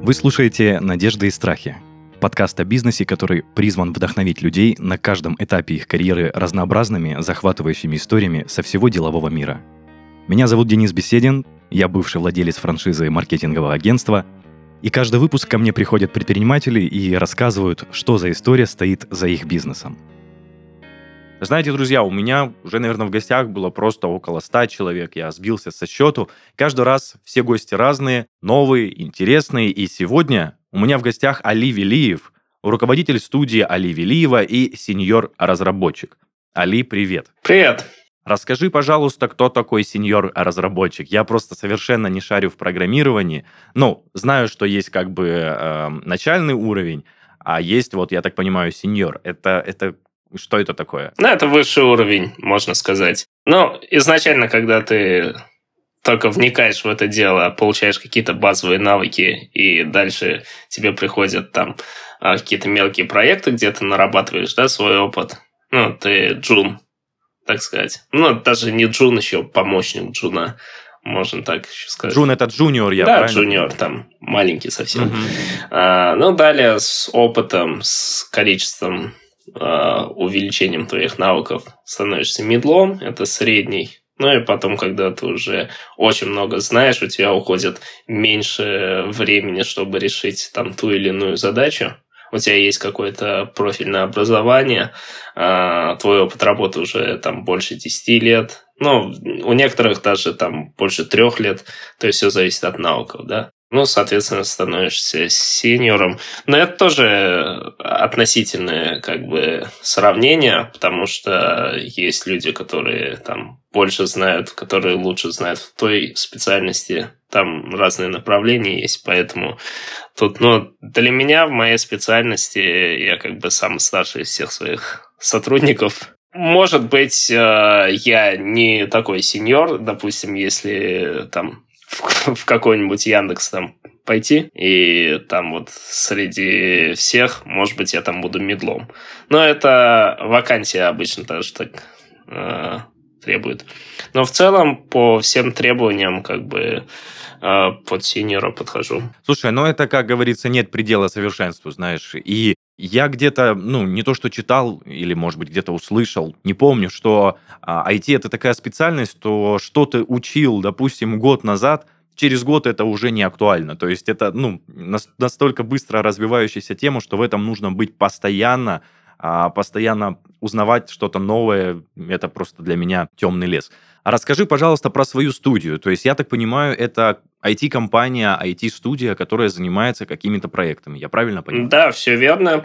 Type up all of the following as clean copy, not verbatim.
Вы слушаете «Надежды и страхи» — подкаст о бизнесе, который призван вдохновить людей на каждом этапе их карьеры разнообразными, захватывающими историями со всего делового мира. Меня зовут Денис Беседин, я бывший владелец франшизы маркетингового агентства, и каждый выпуск ко мне приходят предприниматели и рассказывают, что за история стоит за их бизнесом. Знаете, друзья, у меня уже, наверное, в гостях было просто около 100 человек. Я сбился со счету. Каждый раз все гости разные, новые, интересные. И сегодня у меня в гостях Али Велиев, руководитель студии Али Велиева и сеньор-разработчик. Али, привет. Привет. Расскажи, пожалуйста, кто такой сеньор-разработчик? Я просто совершенно не шарю в программировании. Знаю, что есть начальный уровень, а есть, я так понимаю, сеньор. Это что это такое? Это высший уровень, можно сказать. Изначально, когда ты только вникаешь в это дело, получаешь какие-то базовые навыки, и дальше тебе приходят там какие-то мелкие проекты, где ты нарабатываешь, свой опыт. Ты джун, так сказать. Даже не джун, еще помощник джуна, можно так еще сказать. Джун — это джуниор, правильно? Да, джуниор, там маленький совсем. Далее с опытом, с количеством увеличением твоих навыков становишься мидлом, это средний. И потом, когда ты уже очень много знаешь, у тебя уходит меньше времени, чтобы решить там ту или иную задачу. У тебя есть какое-то профильное образование, твой опыт работы уже там больше 10 лет. У некоторых даже там больше 3 лет. То есть все зависит от навыков, да. Соответственно, становишься сеньором. Но это тоже относительное сравнение, потому что есть люди, которые там больше знают, которые лучше знают в той специальности. Там разные направления есть, поэтому тут, для меня в моей специальности я самый старший из всех своих сотрудников. Может быть, я не такой сеньор, допустим, если там в какой-нибудь Яндекс там пойти, и там среди всех, может быть, я там буду мидлом. Но это вакансия обычно тоже так требует. Но в целом по всем требованиям под сеньора подхожу. Слушай, это, как говорится, нет предела совершенству, знаешь. И я где-то, не то что читал, или, может быть, где-то услышал, не помню, что IT — это такая специальность, то что ты учил, допустим, год назад, через год это уже не актуально. То есть это, настолько быстро развивающаяся тема, что в этом нужно быть постоянно узнавать что-то новое. Это просто для меня темный лес. А расскажи, пожалуйста, про свою студию. То есть, я так понимаю, это IT-компания, IT-студия, которая занимается какими-то проектами. Я правильно понимаю? Да, все верно.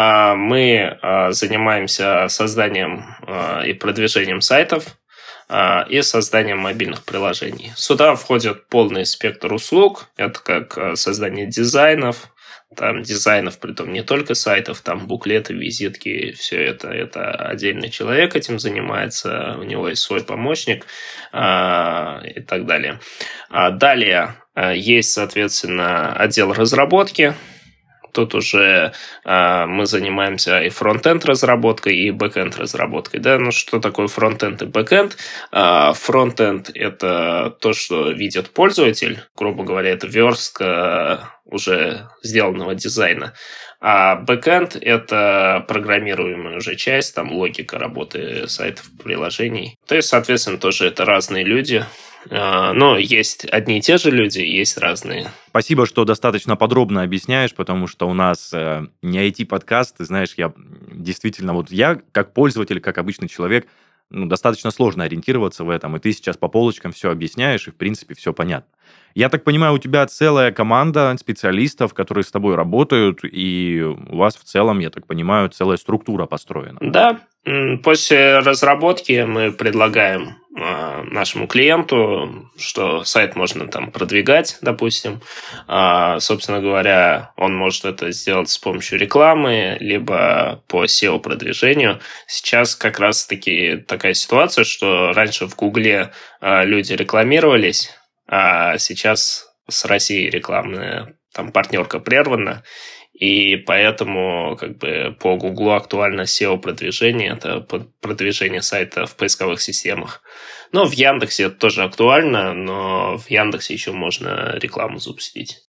Мы занимаемся созданием и продвижением сайтов и созданием мобильных приложений. Сюда входит полный спектр услуг. Это как создание дизайнов, притом не только сайтов, там буклеты, визитки, все это. Это отдельный человек этим занимается, у него есть свой помощник и так далее. Далее есть, соответственно, отдел разработки. Тут уже мы занимаемся и фронт-энд разработкой, и бэк-энд разработкой. Да? Что такое фронт-энд и бэк-энд? Фронт-энд – это то, что видит пользователь. Грубо говоря, это верстка уже сделанного дизайна. А бэк-энд – это программируемая уже часть, там логика работы сайтов, приложений. То есть, соответственно, тоже это разные люди. Но есть одни и те же люди, есть разные. Спасибо, что достаточно подробно объясняешь, потому что у нас не IT-подкаст. Ты знаешь, я действительно, я как пользователь, как обычный человек, достаточно сложно ориентироваться в этом, и ты сейчас по полочкам все объясняешь, и, в принципе, все понятно. Я так понимаю, у тебя целая команда специалистов, которые с тобой работают, и у вас в целом, я так понимаю, целая структура построена. Да, после разработки мы предлагаем нашему клиенту, что сайт можно там продвигать, допустим. Собственно говоря, он может это сделать с помощью рекламы, либо по SEO-продвижению. Сейчас как раз-таки такая ситуация, что раньше в Гугле люди рекламировались, а сейчас с Россией рекламная партнерка прервана. И поэтому по Гуглу актуально SEO-продвижение, это продвижение сайта в поисковых системах. В Яндексе это тоже актуально, но в Яндексе еще можно рекламу запустить.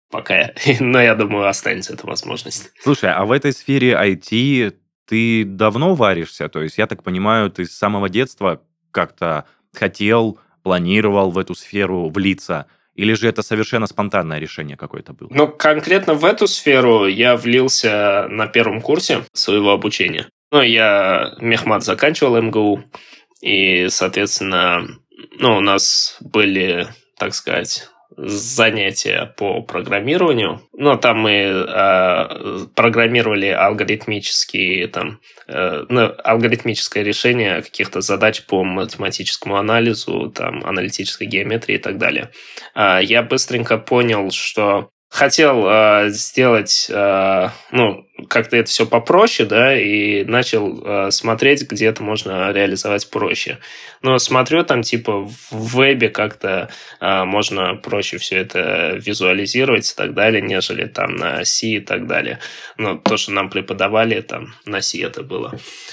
пока. Но я думаю, останется эта возможность. Слушай, а в этой сфере IT ты давно варишься? То есть, я так понимаю, ты с самого детства как-то хотел, планировал в эту сферу влиться? Или же это совершенно спонтанное решение какое-то было? Но конкретно в эту сферу я влился на первом курсе своего обучения. Ну, я мехмат заканчивал МГУ, и, соответственно, у нас были, так сказать, занятия по программированию. Но там мы программировали алгоритмические, алгоритмическое решение каких-то задач по математическому анализу, аналитической геометрии и так далее. Я быстренько понял, что хотел сделать, как-то это все попроще, да, и начал смотреть, где это можно реализовать проще. Но смотрю, в вебе как-то можно проще все это визуализировать и так далее, нежели на C и так далее. То, что нам преподавали, на C это было.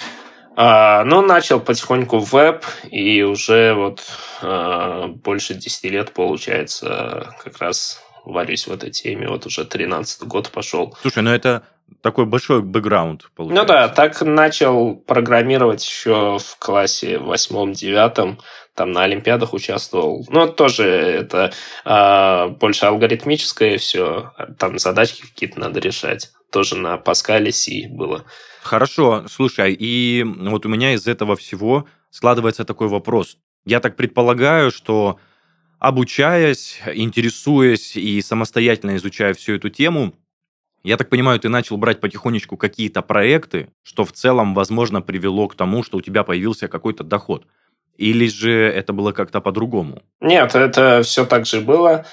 Начал потихоньку веб, и уже больше 10 лет, получается, как раз варюсь в этой теме. Уже 13-й год пошел. Слушай, это такой большой бэкграунд, получается. Ну да, так начал программировать еще в классе 8-9, на олимпиадах участвовал. Тоже это больше алгоритмическое все, задачки какие-то надо решать. Тоже на Паскале C было. Хорошо, слушай, и у меня из этого всего складывается такой вопрос. Я так предполагаю, что обучаясь, интересуясь и самостоятельно изучая всю эту тему, я так понимаю, ты начал брать потихонечку какие-то проекты, что в целом, возможно, привело к тому, что у тебя появился какой-то доход. Или же это было как-то по-другому? Нет, это все так же было.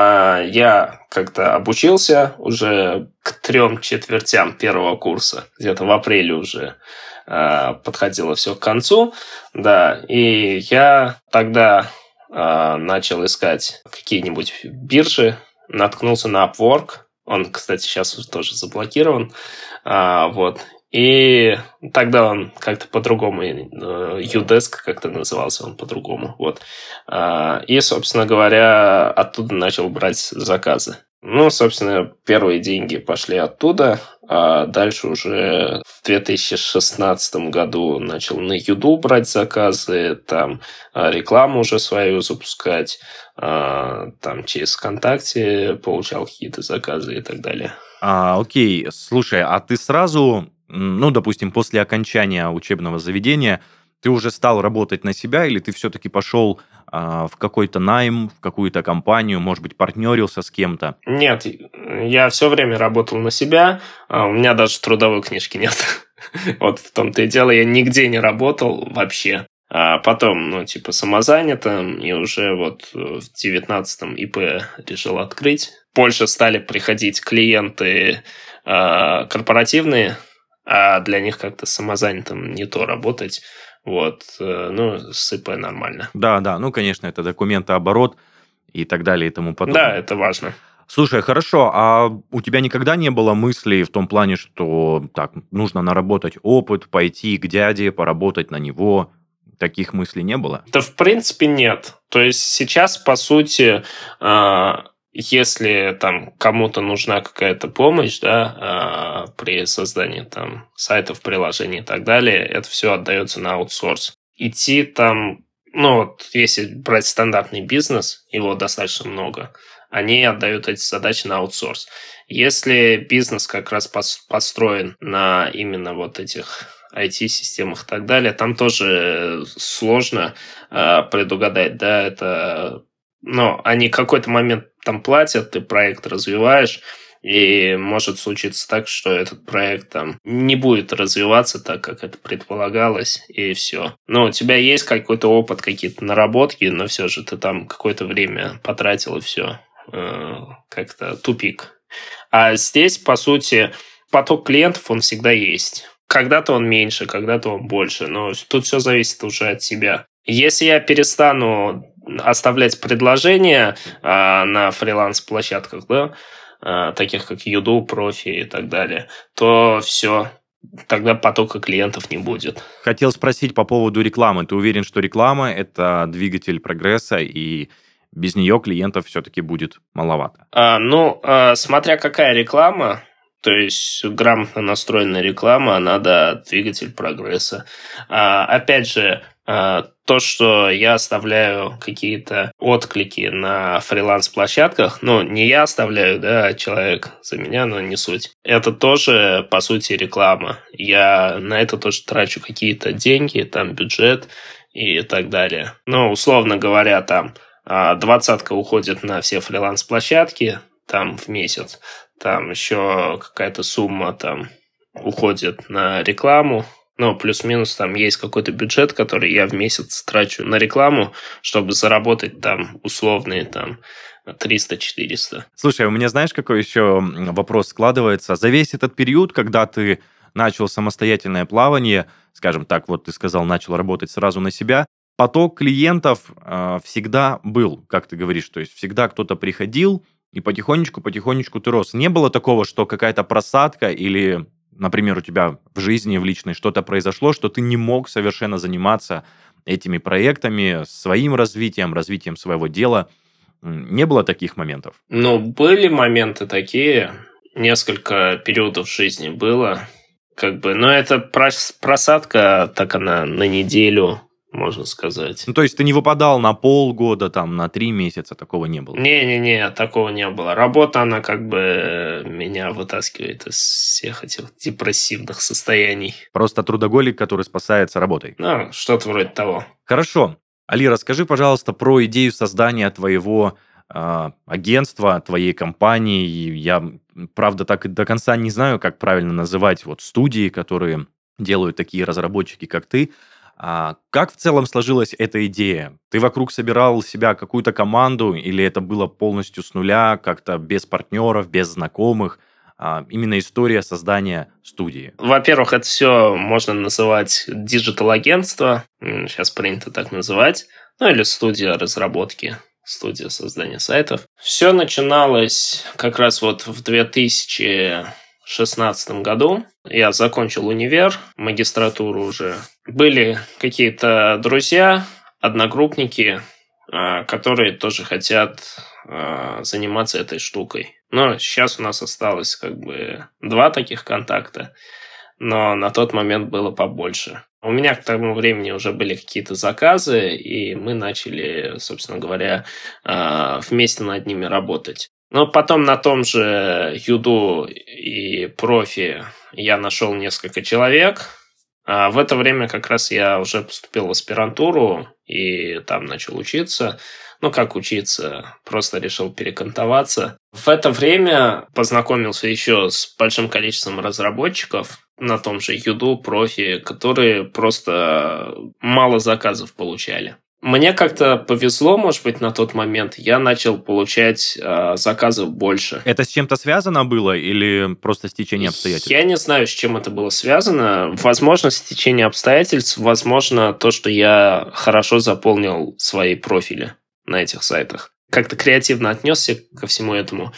Я как-то обучился уже к 3/4 первого курса. Где-то в апреле уже подходило все к концу. Да, и я тогда начал искать какие-нибудь биржи, наткнулся на Upwork. Он, кстати, сейчас уже тоже заблокирован. И тогда он как-то по-другому, Udesk как-то назывался он по-другому. И, собственно говоря, оттуда начал брать заказы. Собственно, первые деньги пошли оттуда, а дальше уже в 2016 году начал на Юду брать заказы, рекламу уже свою запускать, через ВКонтакте получал какие-то заказы и так далее. Окей, слушай, а ты сразу, допустим, после окончания учебного заведения, ты уже стал работать на себя, или ты все-таки пошел в какой-то найм, в какую-то компанию, может быть, партнерился с кем-то? Нет, я все время работал на себя, у меня даже трудовой книжки нет. В том-то и дело, я нигде не работал вообще. А потом, самозанятым, и уже в 19-м ИП решил открыть. Больше стали приходить клиенты корпоративные, а для них как-то самозанятым не то работать. С ИП нормально. Да, конечно, это документооборот и так далее и тому подобное. Да, это важно. Слушай, хорошо, а у тебя никогда не было мыслей в том плане, что нужно наработать опыт, пойти к дяде, поработать на него? Таких мыслей не было? Да, в принципе, нет. То есть сейчас, по сути, если кому-то нужна какая-то помощь, да, при создании сайтов, приложений и так далее, это все отдается на аутсорс. Идти если брать стандартный бизнес, его достаточно много, они отдают эти задачи на аутсорс. Если бизнес как раз построен на именно этих IT-системах и так далее, там тоже сложно предугадать, да, это... они какой-то момент платят, ты проект развиваешь, и может случиться так, что этот проект не будет развиваться так, как это предполагалось, и все. У тебя есть какой-то опыт, какие-то наработки, но все же ты какое-то время потратил, и все. Как-то тупик. А здесь, по сути, поток клиентов, он всегда есть. Когда-то он меньше, когда-то он больше, но тут все зависит уже от тебя. Если я перестану оставлять предложения на фриланс-площадках, да, таких как Юду, Профи и так далее, то все, тогда потока клиентов не будет. Хотел спросить по поводу рекламы. Ты уверен, что реклама – это двигатель прогресса, и без нее клиентов все-таки будет маловато. Смотря какая реклама, то есть грамотно настроенная реклама, она, да, двигатель прогресса. Опять же, то, что я оставляю какие-то отклики на фриланс-площадках, не я оставляю, да, а человек за меня, но не суть. Это тоже, по сути, реклама. Я на это тоже трачу какие-то деньги, там, бюджет и так далее. Условно говоря, там, 20 уходит на все фриланс-площадки, там, в месяц. Там еще какая-то сумма там уходит на рекламу. Плюс-минус там есть какой-то бюджет, который я в месяц трачу на рекламу, чтобы заработать там условные там 300-400. Слушай, у меня знаешь, какой еще вопрос складывается? За весь этот период, когда ты начал самостоятельное плавание, скажем так, вот ты сказал, начал работать сразу на себя, поток клиентов всегда был, как ты говоришь, то есть всегда кто-то приходил, и потихонечку ты рос. Не было такого, что какая-то просадка или, например, у тебя в жизни, в личной что-то произошло, что ты не мог совершенно заниматься этими проектами, своим развитием своего дела. Не было таких моментов? Были моменты такие. Несколько периодов в жизни было. Но это просадка, так она на неделю, можно сказать. То есть ты не выпадал на полгода, там, на 3 месяца, такого не было? Не, такого не было. Работа, она меня вытаскивает из всех этих депрессивных состояний. Просто трудоголик, который спасается работой. Что-то вроде того. Хорошо. Али, расскажи, пожалуйста, про идею создания твоего агентства, твоей компании. Я, правда, так и до конца не знаю, как правильно называть студии, которые делают такие разработчики, как ты. Как в целом сложилась эта идея? Ты вокруг собирал себя какую-то команду, или это было полностью с нуля, как-то без партнеров, без знакомых? Именно история создания студии. Во-первых, это все можно называть диджитал-агентство, сейчас принято так называть, или студия разработки, студия создания сайтов. Все начиналось как раз в 2016 году. Я закончил универ, магистратуру уже. Были какие-то друзья, одногруппники, которые тоже хотят заниматься этой штукой. Но сейчас у нас осталось 2 таких контакта, но на тот момент было побольше. У меня к тому времени уже были какие-то заказы, и мы начали, собственно говоря, вместе над ними работать. Но потом на том же Юду и профи я нашел несколько человек. А в это время как раз я уже поступил в аспирантуру и там начал учиться. Как учиться, просто решил перекантоваться. В это время познакомился еще с большим количеством разработчиков на том же Юду, профи, которые просто мало заказов получали. Мне как-то повезло, может быть, на тот момент. Я начал получать заказов больше. Это с чем-то связано было или просто с течением обстоятельств? Я не знаю, с чем это было связано. Возможно, с течением обстоятельств. Возможно, то, что я хорошо заполнил свои профили на этих сайтах. Как-то креативно отнесся ко всему этому.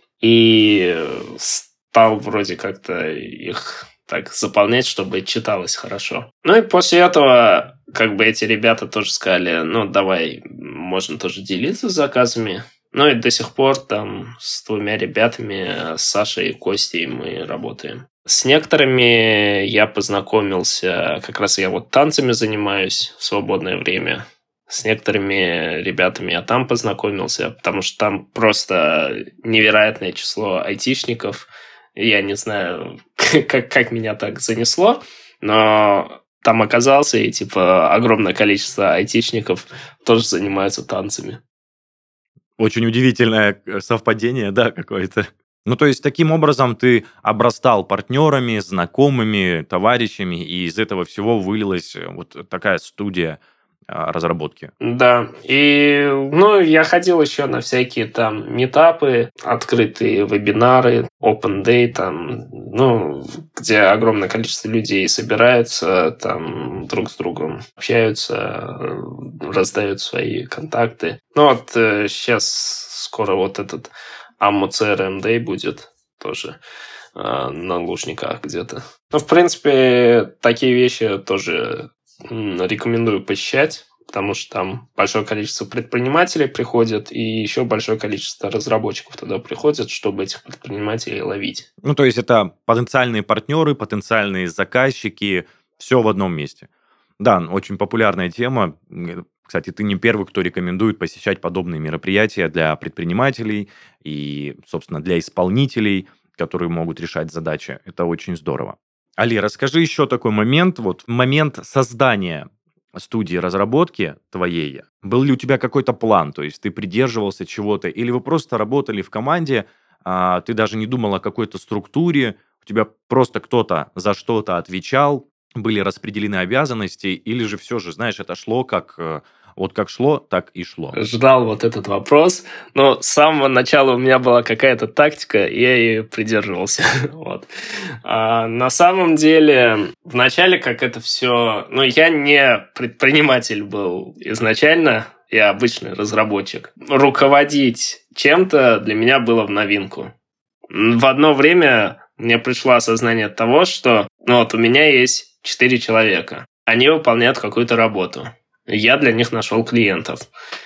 И стал вроде как-то их так заполнять, чтобы читалось хорошо. И после этого эти ребята тоже сказали, давай, можно тоже делиться заказами. И до сих пор там с 2 ребятами, с Сашей и Костей, мы работаем. С некоторыми я познакомился, как раз я танцами занимаюсь в свободное время. С некоторыми ребятами я там познакомился, потому что там просто невероятное число айтишников. Я не знаю, как меня так занесло, но там оказался, и огромное количество айтишников тоже занимаются танцами. Очень удивительное совпадение, да, какое-то. То есть, таким образом ты обрастал партнерами, знакомыми, товарищами, и из этого всего вылилась такая студия разработки. Да, и я ходил еще на всякие там митапы, открытые вебинары, open day, там, где огромное количество людей собираются, там друг с другом общаются, раздают свои контакты. Сейчас скоро этот Ammo CRM Day будет тоже на Лужниках где-то. В принципе, такие вещи тоже рекомендую посещать, потому что там большое количество предпринимателей приходит, и еще большое количество разработчиков туда приходят, чтобы этих предпринимателей ловить. Ну, то есть это потенциальные партнеры, потенциальные заказчики, все в одном месте. Да, очень популярная тема. Кстати, ты не первый, кто рекомендует посещать подобные мероприятия для предпринимателей и, собственно, для исполнителей, которые могут решать задачи. Это очень здорово. Али, расскажи еще такой момент. Вот момент создания студии разработки твоей. Был ли у тебя какой-то план? То есть ты придерживался чего-то? Или вы просто работали в команде, ты даже не думал о какой-то структуре, у тебя просто кто-то за что-то отвечал, были распределены обязанности, или же все же, знаешь, это шло вот как шло, так и шло? Ждал вот этот вопрос, но с самого начала у меня была какая-то тактика, и я ее придерживался. Вот. На самом деле, в начале как это все... Ну, я не предприниматель был изначально, я обычный разработчик. Руководить чем-то для меня было в новинку. В одно время мне пришло осознание того, что вот у меня есть 4 человека. Они выполняют какую-то работу. Я для них нашел клиентов.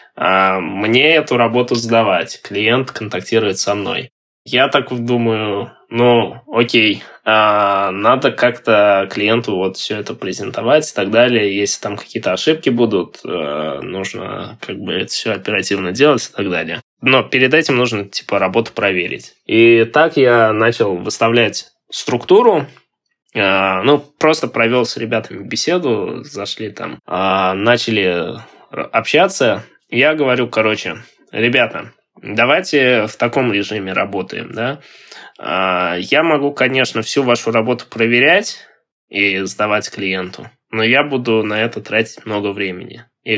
Мне эту работу сдавать. Клиент контактирует со мной. Я так думаю, окей, надо как-то клиенту вот все это презентовать и так далее. Если там какие-то ошибки будут, нужно как бы это все оперативно делать и так далее. Но перед этим нужно работу проверить. И так я начал выставлять структуру. Просто провел с ребятами беседу, зашли там, начали общаться. Я говорю, ребята, давайте в таком режиме работаем, да. Я могу, конечно, всю вашу работу проверять и сдавать клиенту, но я буду на это тратить много времени. И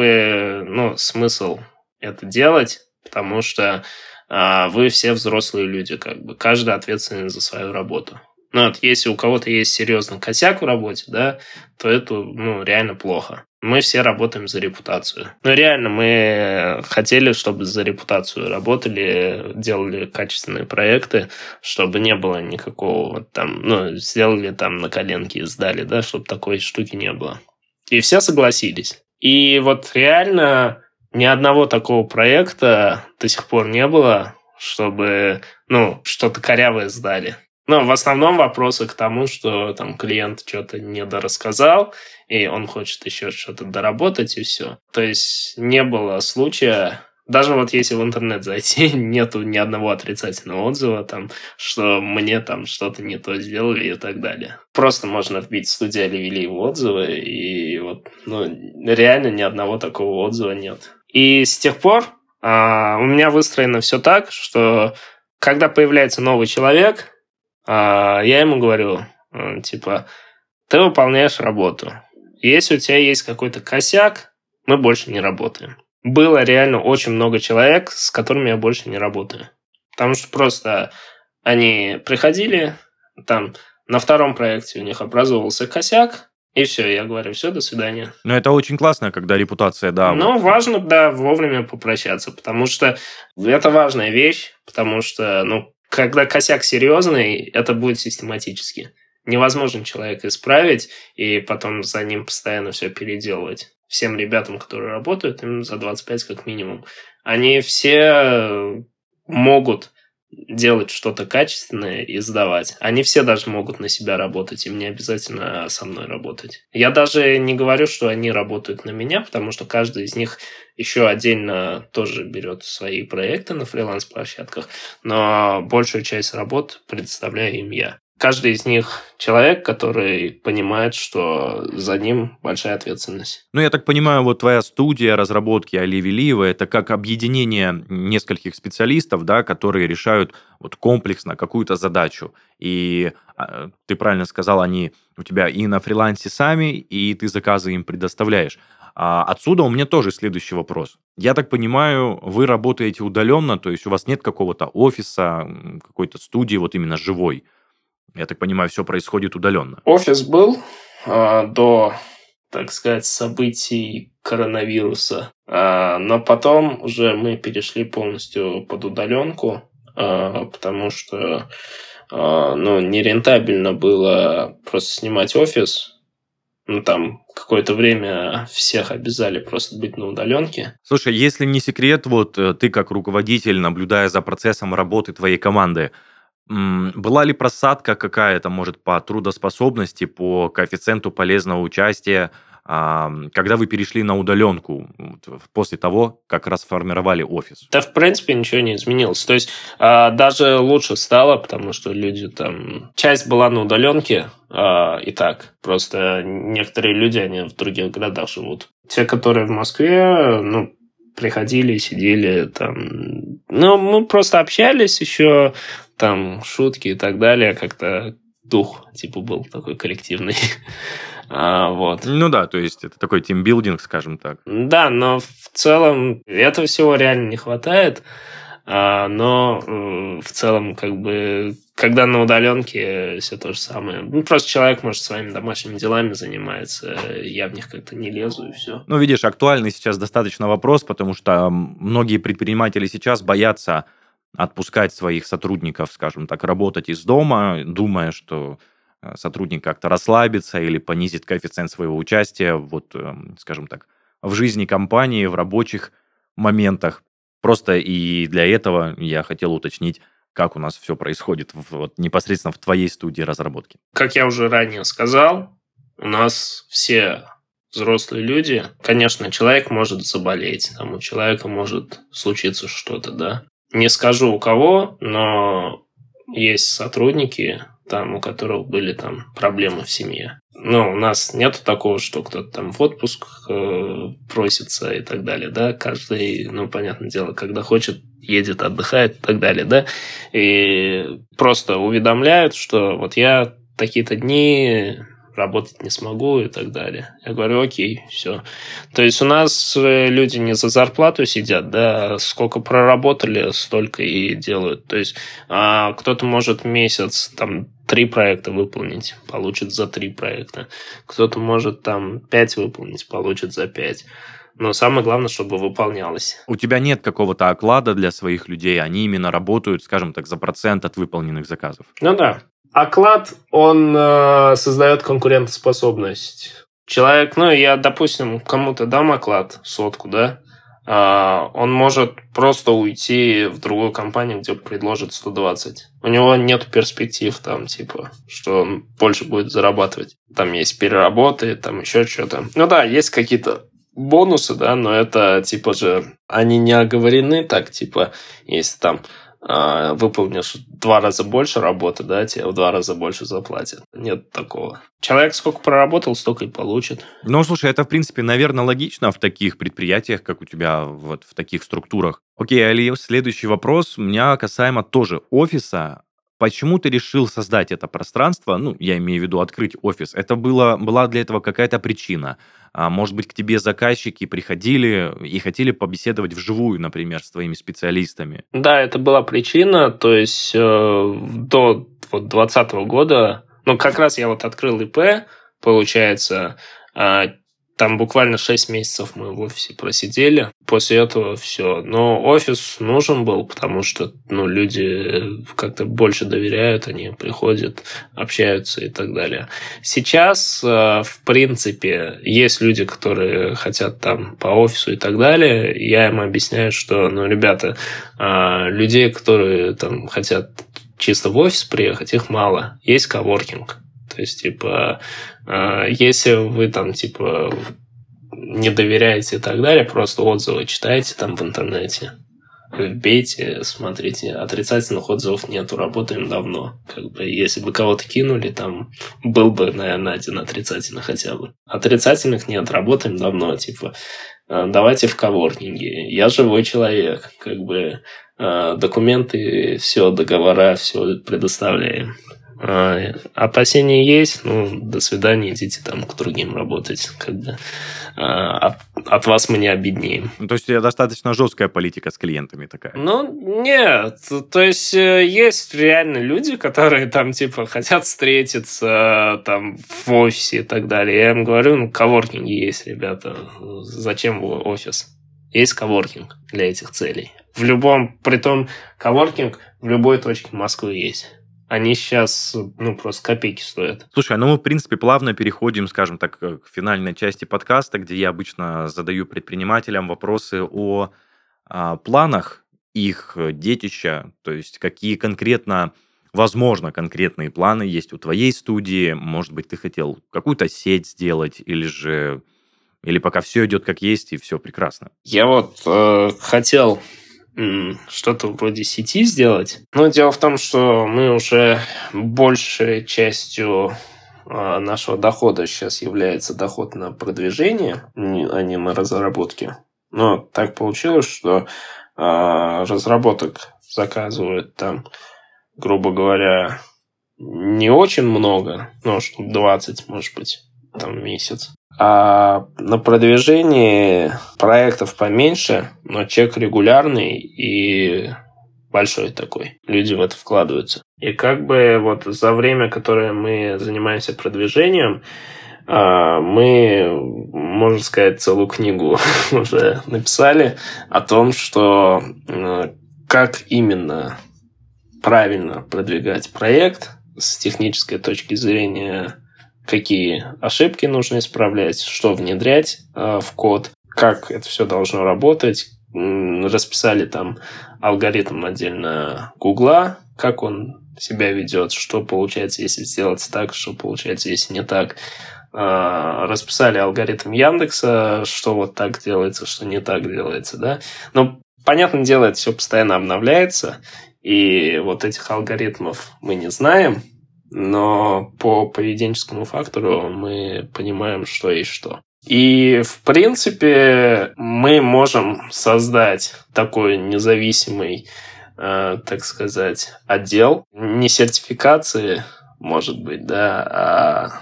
смысл это делать, потому что вы все взрослые люди, каждый ответственен за свою работу. Если у кого-то есть серьезный косяк в работе, да, то это, реально плохо. Мы все работаем за репутацию. Реально, мы хотели, чтобы за репутацию работали, делали качественные проекты, чтобы не было никакого сделали там на коленке и сдали, да, чтобы такой штуки не было. И все согласились. И вот реально ни одного такого проекта до сих пор не было, чтобы, что-то корявое сдали. В основном вопросы к тому, что там клиент что-то недорассказал, и он хочет еще что-то доработать, и все. То есть не было случая, даже вот если в интернет зайти, нету ни одного отрицательного отзыва, что мне там что-то не то сделали и так далее. Просто можно вбить «Студия Оливии» в отзывы, и реально ни одного такого отзыва нет. И с тех пор у меня выстроено все так, что когда появляется новый человек, я ему говорю, ты выполняешь работу. Если у тебя есть какой-то косяк, мы больше не работаем. Было реально очень много человек, с которыми я больше не работаю. Потому что просто они приходили, там на втором проекте у них образовывался косяк, и все, я говорю, все, до свидания. Но это очень классно, когда репутация, да. Важно, да, вовремя попрощаться, потому что это важная вещь, потому что, когда косяк серьезный, это будет систематически. Невозможно человека исправить и потом за ним постоянно все переделывать. Всем ребятам, которые работают, им за 25 как минимум, они все могут делать что-то качественное и сдавать. Они все даже могут на себя работать, им не обязательно со мной работать. Я даже не говорю, что они работают на меня, потому что каждый из них еще отдельно тоже берет свои проекты на фриланс-площадках, но большую часть работ предоставляю им я. Каждый из них человек, который понимает, что за ним большая ответственность. Я так понимаю, вот твоя студия разработки Оливии, это как объединение нескольких специалистов, да, которые решают вот комплексно какую-то задачу. И ты правильно сказал, они у тебя и на фрилансе сами, и ты заказы им предоставляешь. Отсюда у меня тоже следующий вопрос. Я так понимаю, вы работаете удаленно, то есть у вас нет какого-то офиса, какой-то студии, вот именно живой. Я так понимаю, все происходит удаленно. Офис был до, так сказать, событий коронавируса. Но потом уже мы перешли полностью под удаленку, потому что нерентабельно было просто снимать офис. Ну, там какое-то время всех обязали просто быть на удаленке. Слушай, если не секрет, вот ты как руководитель, наблюдая за процессом работы твоей команды, была ли просадка какая-то, может, по трудоспособности, по коэффициенту полезного участия, когда вы перешли на удаленку, после того, как расформировали офис? Да, в принципе, ничего не изменилось. То есть, даже лучше стало, потому что люди там... Часть была на удаленке, и так. Просто некоторые люди, они в других городах живут. Те, которые в Москве, ну, приходили, сидели там... Ну, мы просто общались еще, там, шутки и так далее. Как-то дух, типа, был такой коллективный. Вот. Ну да, то есть это такой тимбилдинг, скажем так. Да, но в целом этого всего реально не хватает. Но в целом, как бы, когда на удаленке все то же самое. Ну, просто человек, может, своими домашними делами занимается. Я в них как-то не лезу, и все. Ну, видишь, актуальный сейчас достаточно вопрос, потому что многие предприниматели сейчас боятся отпускать своих сотрудников, скажем так, работать из дома, думая, что сотрудник как-то расслабится или понизит коэффициент своего участия, вот, скажем так, в жизни компании, в рабочих моментах. Просто и для этого я хотел уточнить, как у нас все происходит вот, непосредственно в твоей студии разработки. Как я уже ранее сказал, у нас все взрослые люди. Конечно, человек может заболеть, там у человека может случиться что-то, да. Не скажу у кого, но есть сотрудники, там, у которых были там проблемы в семье. Ну, у нас нету такого, что кто-то там в отпуск просится и так далее, да. Каждый, ну, понятное дело, когда хочет, едет, отдыхает и так далее, да. И просто уведомляют, что вот я такие-то дни работать не смогу и так далее. Я говорю, окей, все. То есть у нас люди не за зарплату сидят, да, сколько проработали, столько и делают. То есть кто-то может месяц там 3 проекта выполнить, получит за 3 проекта. Кто-то может там 5 выполнить, получит за 5. Но самое главное, чтобы выполнялось. У тебя нет какого-то оклада для своих людей, они именно работают, скажем так, за процент от выполненных заказов. Ну да. Оклад, он создает конкурентоспособность. Человек, ну, я, допустим, кому-то дам оклад, 100, да, он может просто уйти в другую компанию, где предложит 120. У него нет перспектив там, типа, что он больше будет зарабатывать. Там есть переработы, там еще что-то. Ну да, есть какие-то бонусы, да, но это, типа же, они не оговорены так, типа, если там выполнишь 2 раза больше работы, да, тебе в 2 раза больше заплатят. Нет такого. Человек сколько проработал, столько и получит. Ну, слушай, это, в принципе, наверное, логично в таких предприятиях, как у тебя, вот в таких структурах. Окей, Али, следующий вопрос у меня касаемо тоже офиса. Почему ты решил создать это пространство? Ну, я имею в виду открыть офис. Это была для этого какая-то причина? Может быть, к тебе заказчики приходили и хотели побеседовать вживую, например, с твоими специалистами? Да, это была причина. То есть до 2020 года, ну, как раз я вот открыл ИП, получается, там буквально 6 месяцев мы в офисе просидели. После этого все. Но офис нужен был, потому что ну, люди как-то больше доверяют, они приходят, общаются и так далее. Сейчас, в принципе, есть люди, которые хотят там по офису и так далее. Я им объясняю, что, ну, ребята, людей, которые там хотят чисто в офис приехать, их мало. Есть коворкинг. То есть, типа, если вы там, типа, не доверяете и так далее, просто отзывы читаете там в интернете, вбейте, смотрите. Отрицательных отзывов нету, работаем давно. Как бы, если бы кого-то кинули, там был бы, наверное, 1 отрицательный хотя бы. Отрицательных нет, работаем давно, типа, давайте в коворкинге. Я живой человек, как бы, документы, все, договора, все предоставляем. Опасения есть, ну, до свидания, идите там к другим работать. Как бы. От вас мы не обеднеем. То есть у тебя достаточно жесткая политика с клиентами такая? Ну, нет. То есть есть реально люди, которые там, типа, хотят встретиться там в офисе и так далее. Я им говорю, ну, коворкинги есть, ребята. Зачем в офис? Есть коворкинг для этих целей. В любом, притом, коворкинг в любой точке Москвы есть. они сейчас, просто копейки стоят. Слушай, мы, в принципе, плавно переходим, скажем так, к финальной части подкаста, где я обычно задаю предпринимателям вопросы о планах их детища, то есть какие конкретно, возможно, конкретные планы есть у твоей студии, может быть, ты хотел какую-то сеть сделать, или пока все идет как есть и все прекрасно. Я хотел что-то вроде сети сделать. Но дело в том, что мы уже большей частью нашего дохода сейчас является доход на продвижение, а не на разработки. Но так получилось, что разработок заказывают там, грубо говоря, не очень много, штук 20, может быть, там в месяц. А на продвижении проектов поменьше, но чек регулярный и большой такой. Люди в это вкладываются. И за время, которое мы занимаемся продвижением, мы, можно сказать, целую книгу уже написали о том, что как именно правильно продвигать проект с технической точки зрения, какие ошибки нужно исправлять, что внедрять в код, как это все должно работать. Расписали там алгоритм отдельно Гугла, как он себя ведет, что получается, если сделать так, что получается, если не так. Расписали алгоритм Яндекса, что вот так делается, что не так делается, да. Но, понятное дело, это все постоянно обновляется, и вот этих алгоритмов мы не знаем, но по поведенческому фактору мы понимаем, что есть что. И, в принципе, мы можем создать такой независимый, так сказать, отдел, не сертификации, может быть, да,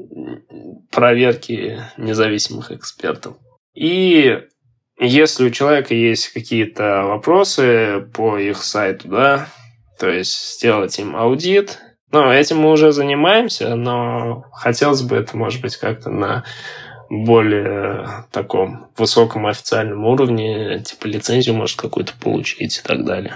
проверки независимых экспертов. И если у человека есть какие-то вопросы по их сайту, да, то есть сделать им аудит, этим мы уже занимаемся, но хотелось бы это, может быть, как-то на более таком высоком официальном уровне, типа лицензию, может, какую-то получить и так далее.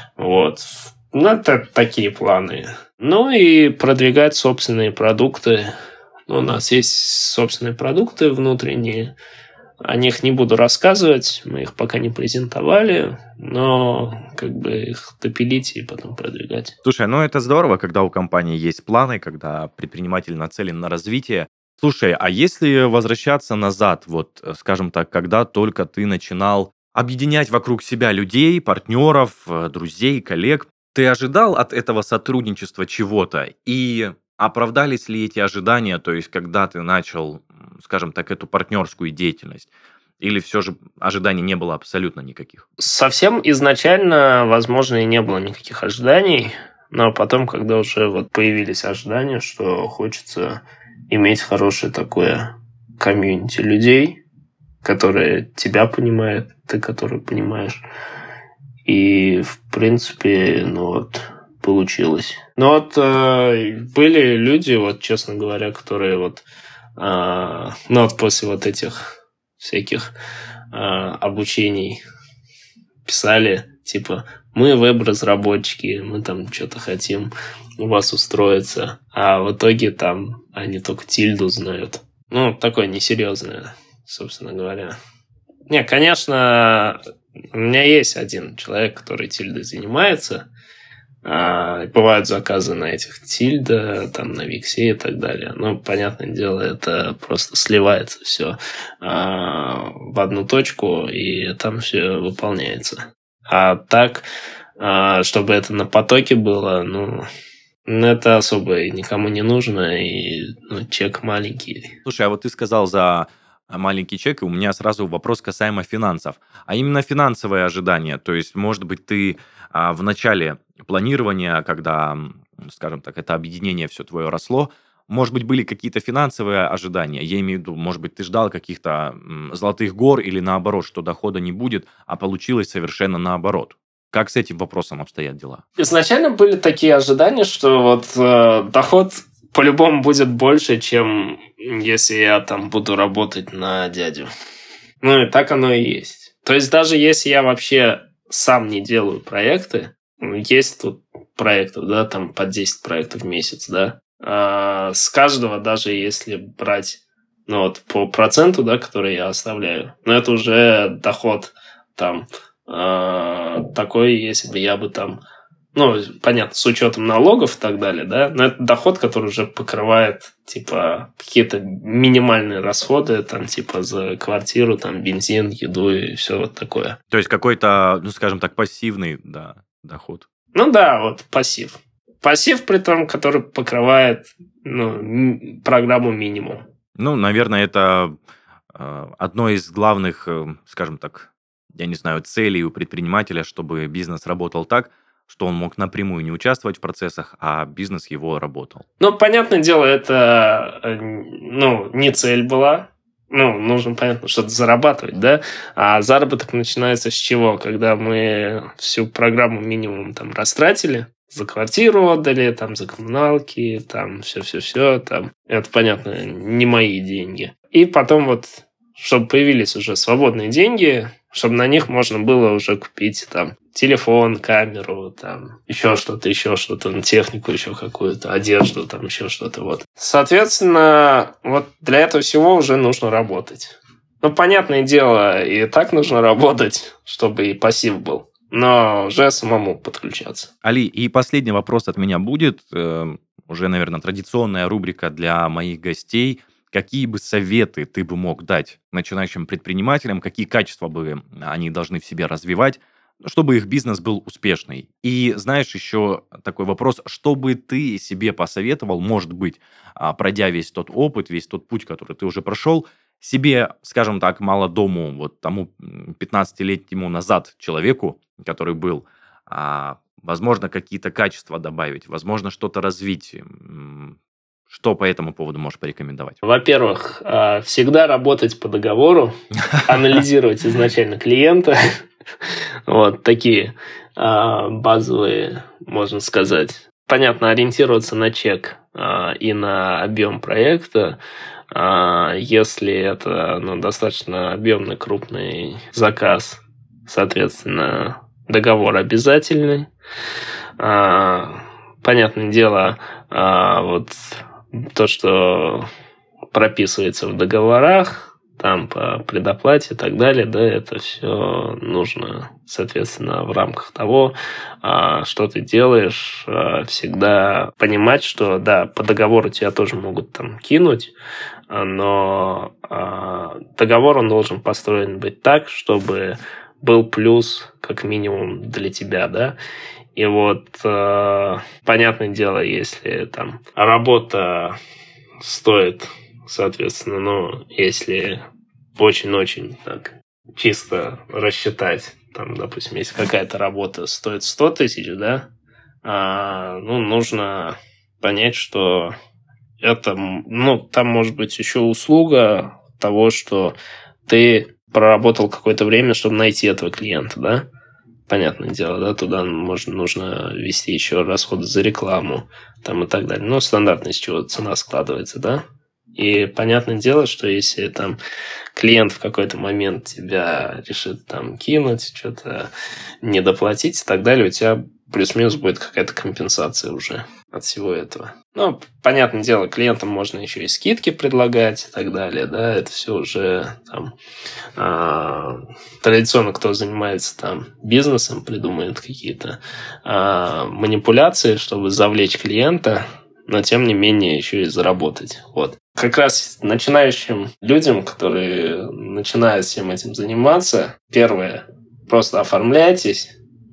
Это такие планы. И продвигать собственные продукты. У нас есть собственные продукты внутренние. О них не буду рассказывать, мы их пока не презентовали, но их допилить и потом продвигать. Слушай, это здорово, когда у компании есть планы, когда предприниматель нацелен на развитие. Слушай, а если возвращаться назад, скажем так, когда только ты начинал объединять вокруг себя людей, партнеров, друзей, коллег, ты ожидал от этого сотрудничества чего-то? И оправдались ли эти ожидания, то есть когда ты начал, скажем так, эту партнерскую деятельность? Или все же ожиданий не было абсолютно никаких? Совсем изначально, возможно, и не было никаких ожиданий, но потом, когда уже появились ожидания, что хочется иметь хорошее такое комьюнити людей, которые тебя понимают, ты которых понимаешь. И, в принципе, получилось. Были люди, честно говоря, которые после этих всяких обучений писали, типа, мы веб-разработчики, мы там что-то хотим у вас устроиться, а в итоге там они только тильду знают. Такое несерьезное, собственно говоря. Не, конечно, у меня есть один человек, который тильдой занимается. Бывают заказы на этих тильда, там на Виксе и так далее. Понятное дело, это просто сливается все в одну точку, и там все выполняется. А так, чтобы это на потоке было, это особо никому не нужно, и чек маленький. Слушай, а ты сказал за маленький чек, и у меня сразу вопрос касаемо финансов. А именно финансовые ожидания. То есть, может быть, ты в начале планирования, когда, скажем так, это объединение все твое росло, может быть, были какие-то финансовые ожидания? Я имею в виду, может быть, ты ждал каких-то золотых гор или наоборот, что дохода не будет, а получилось совершенно наоборот. Как с этим вопросом обстоят дела? Изначально были такие ожидания, что доход по-любому будет больше, чем если я там буду работать на дядю. И так оно и есть. То есть даже если я вообще сам не делаю проекты, есть тут проектов, да, там по 10 проектов в месяц, да. С каждого, даже если брать, ну, вот по проценту, да, который я оставляю, но это уже доход там такой, если бы я бы там, ну, понятно, с учетом налогов и так далее, да, но это доход, который уже покрывает, типа, какие-то минимальные расходы, там, типа, за квартиру, там, бензин, еду и все вот такое. То есть какой-то, ну, скажем так, пассивный, да, доход. Ну да, вот пассив. Пассив, при том, который покрывает, ну, программу минимум. Ну, наверное, это одно из главных, скажем так, я не знаю, целей у предпринимателя, чтобы бизнес работал так, что он мог напрямую не участвовать в процессах, а бизнес его работал. Ну, понятное дело, это, ну, не цель была. Ну, нужно, понятно, что-то зарабатывать, да? А заработок начинается с чего? Когда мы всю программу минимум там растратили, за квартиру отдали, там, за коммуналки, там, все-все-все, там. Это, понятно, не мои деньги. И потом вот, чтобы появились уже свободные деньги, чтобы на них можно было уже купить там телефон, камеру, там еще что-то, ну, технику еще какую-то, одежду, там еще что-то, вот. Соответственно, вот для этого всего уже нужно работать. Ну, понятное дело, и так нужно работать, чтобы и пассив был, но уже самому подключаться. Али, и последний вопрос от меня будет, уже, наверное, традиционная рубрика для моих гостей. Какие бы советы ты бы мог дать начинающим предпринимателям, какие качества бы они должны в себе развивать, чтобы их бизнес был успешный? И знаешь, еще такой вопрос, что бы ты себе посоветовал, может быть, пройдя весь тот опыт, весь тот путь, который ты уже прошел, себе, скажем так, молодому, вот тому 15-летнему назад человеку, который был, возможно, какие-то качества добавить, возможно, что-то развить. Что по этому поводу можешь порекомендовать? Во-первых, всегда работать по договору, анализировать изначально клиента. Вот такие базовые, можно сказать. Понятно, ориентироваться на чек и на объем проекта. Если это, ну, достаточно объемный, крупный заказ, соответственно, договор обязательный. Понятное дело, вот то, что прописывается в договорах, там по предоплате и так далее, да, это все нужно, соответственно, в рамках того, что ты делаешь, всегда понимать, что, да, по договору тебя тоже могут там кинуть, но договор, он должен построен быть так, чтобы был плюс, как минимум, для тебя, да. И вот, понятное дело, если там работа стоит, соответственно, ну, если очень-очень так чисто рассчитать, там, допустим, если какая-то работа стоит 100 тысяч, да, ну, нужно понять, что это, ну, там может быть еще услуга того, что ты проработал какое-то время, чтобы найти этого клиента, да. Понятное дело, да, туда нужно ввести еще расходы за рекламу там, и так далее. Ну, стандартно, из чего цена складывается, да. И понятное дело, что если там клиент в какой-то момент тебя решит там кинуть, что-то недоплатить и так далее, у тебя плюс-минус будет какая-то компенсация уже от всего этого. Ну, понятное дело, клиентам можно еще и скидки предлагать и так далее, да, это все уже там традиционно, кто занимается там бизнесом, придумает какие-то манипуляции, чтобы завлечь клиента, но тем не менее еще и заработать. Вот. Как раз начинающим людям, которые начинают всем этим заниматься, первое, просто оформляйтесь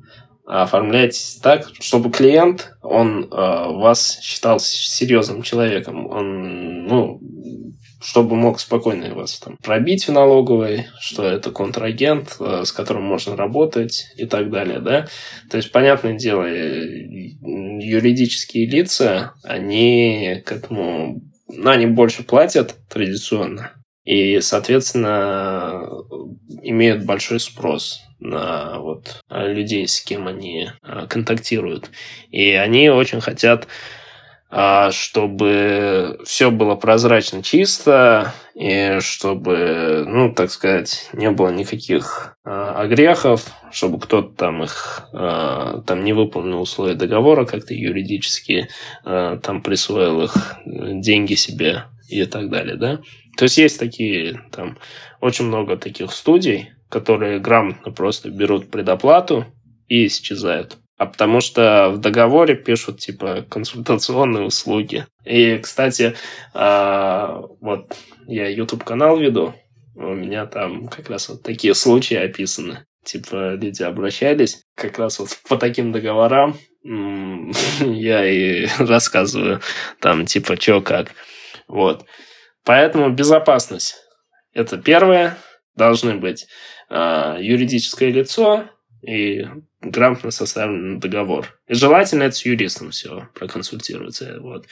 так, чтобы клиент, он вас считал серьезным человеком, он, ну, чтобы мог спокойно вас там пробить в налоговой, что это контрагент, с которым можно работать и так далее, да. То есть, понятное дело, юридические лица, они к этому, ну, они больше платят традиционно и, соответственно, имеют большой спрос на вот людей, с кем они контактируют. И они очень хотят чтобы все было прозрачно, чисто, и чтобы, ну, так сказать, не было никаких огрехов, чтобы кто-то там их там не выполнил условия договора как-то юридически, там присвоил их деньги себе и так далее, да. То есть такие, там, очень много таких студий, которые грамотно просто берут предоплату и исчезают. А потому что в договоре пишут, типа, консультационные услуги. И, кстати, вот я YouTube-канал веду, у меня там как раз вот такие случаи описаны. Типа, люди обращались как раз вот по таким договорам. Я и рассказываю там, типа, чё как. Вот. Поэтому безопасность. Это первое. Должны быть юридическое лицо и грамотно составлен договор. И желательно это с юристом все проконсультироваться. Вот.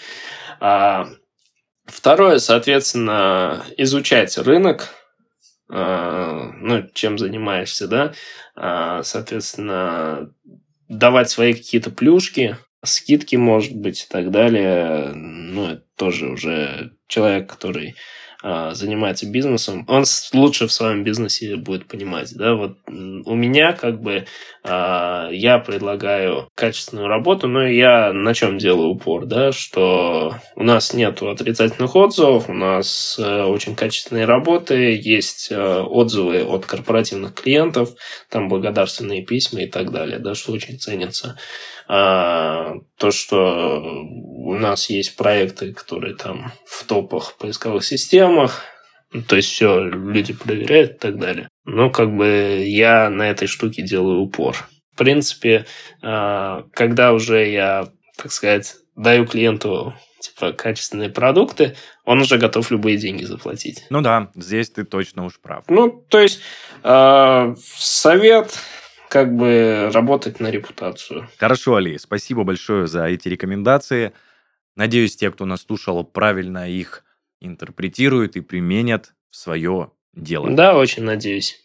Второе, соответственно, изучать рынок, ну, чем занимаешься, да, соответственно, давать свои какие-то плюшки, скидки, может быть, и так далее. Ну, это тоже уже человек, который занимается бизнесом, он лучше в своем бизнесе будет понимать, да, вот у меня как бы я предлагаю качественную работу, но я на чем делаю упор, да, что у нас нет отрицательных отзывов, у нас очень качественные работы, есть отзывы от корпоративных клиентов, там благодарственные письма и так далее, да, что очень ценится. То, что у нас есть проекты, которые там в топах поисковых системах, то есть все люди проверяют и так далее. Но как бы я на этой штуке делаю упор. В принципе, когда уже я, так сказать, даю клиенту типа качественные продукты, он уже готов любые деньги заплатить. Ну да, здесь ты точно уж прав. Ну, то есть совет как бы работать на репутацию. Хорошо, Али, спасибо большое за эти рекомендации. Надеюсь, те, кто нас слушал, правильно их интерпретируют и применят в свое дело. Да, очень надеюсь.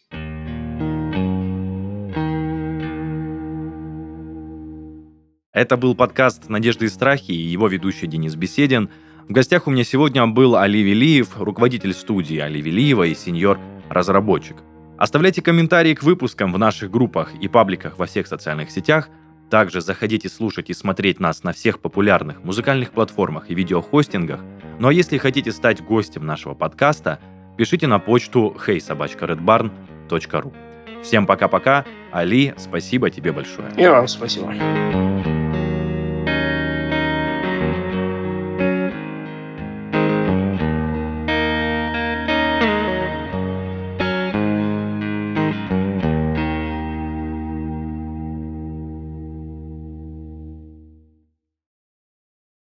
Это был подкаст «Надежды и страхи» и его ведущий Денис Беседин. В гостях у меня сегодня был Али Велиев, руководитель студии Али Велиева и сеньор-разработчик. Оставляйте комментарии к выпускам в наших группах и пабликах во всех социальных сетях. Также заходите слушать и смотреть нас на всех популярных музыкальных платформах и видеохостингах. Ну а если хотите стать гостем нашего подкаста, пишите на почту hey@redbarn.ru. Всем пока-пока. Али, спасибо тебе большое. И вам спасибо.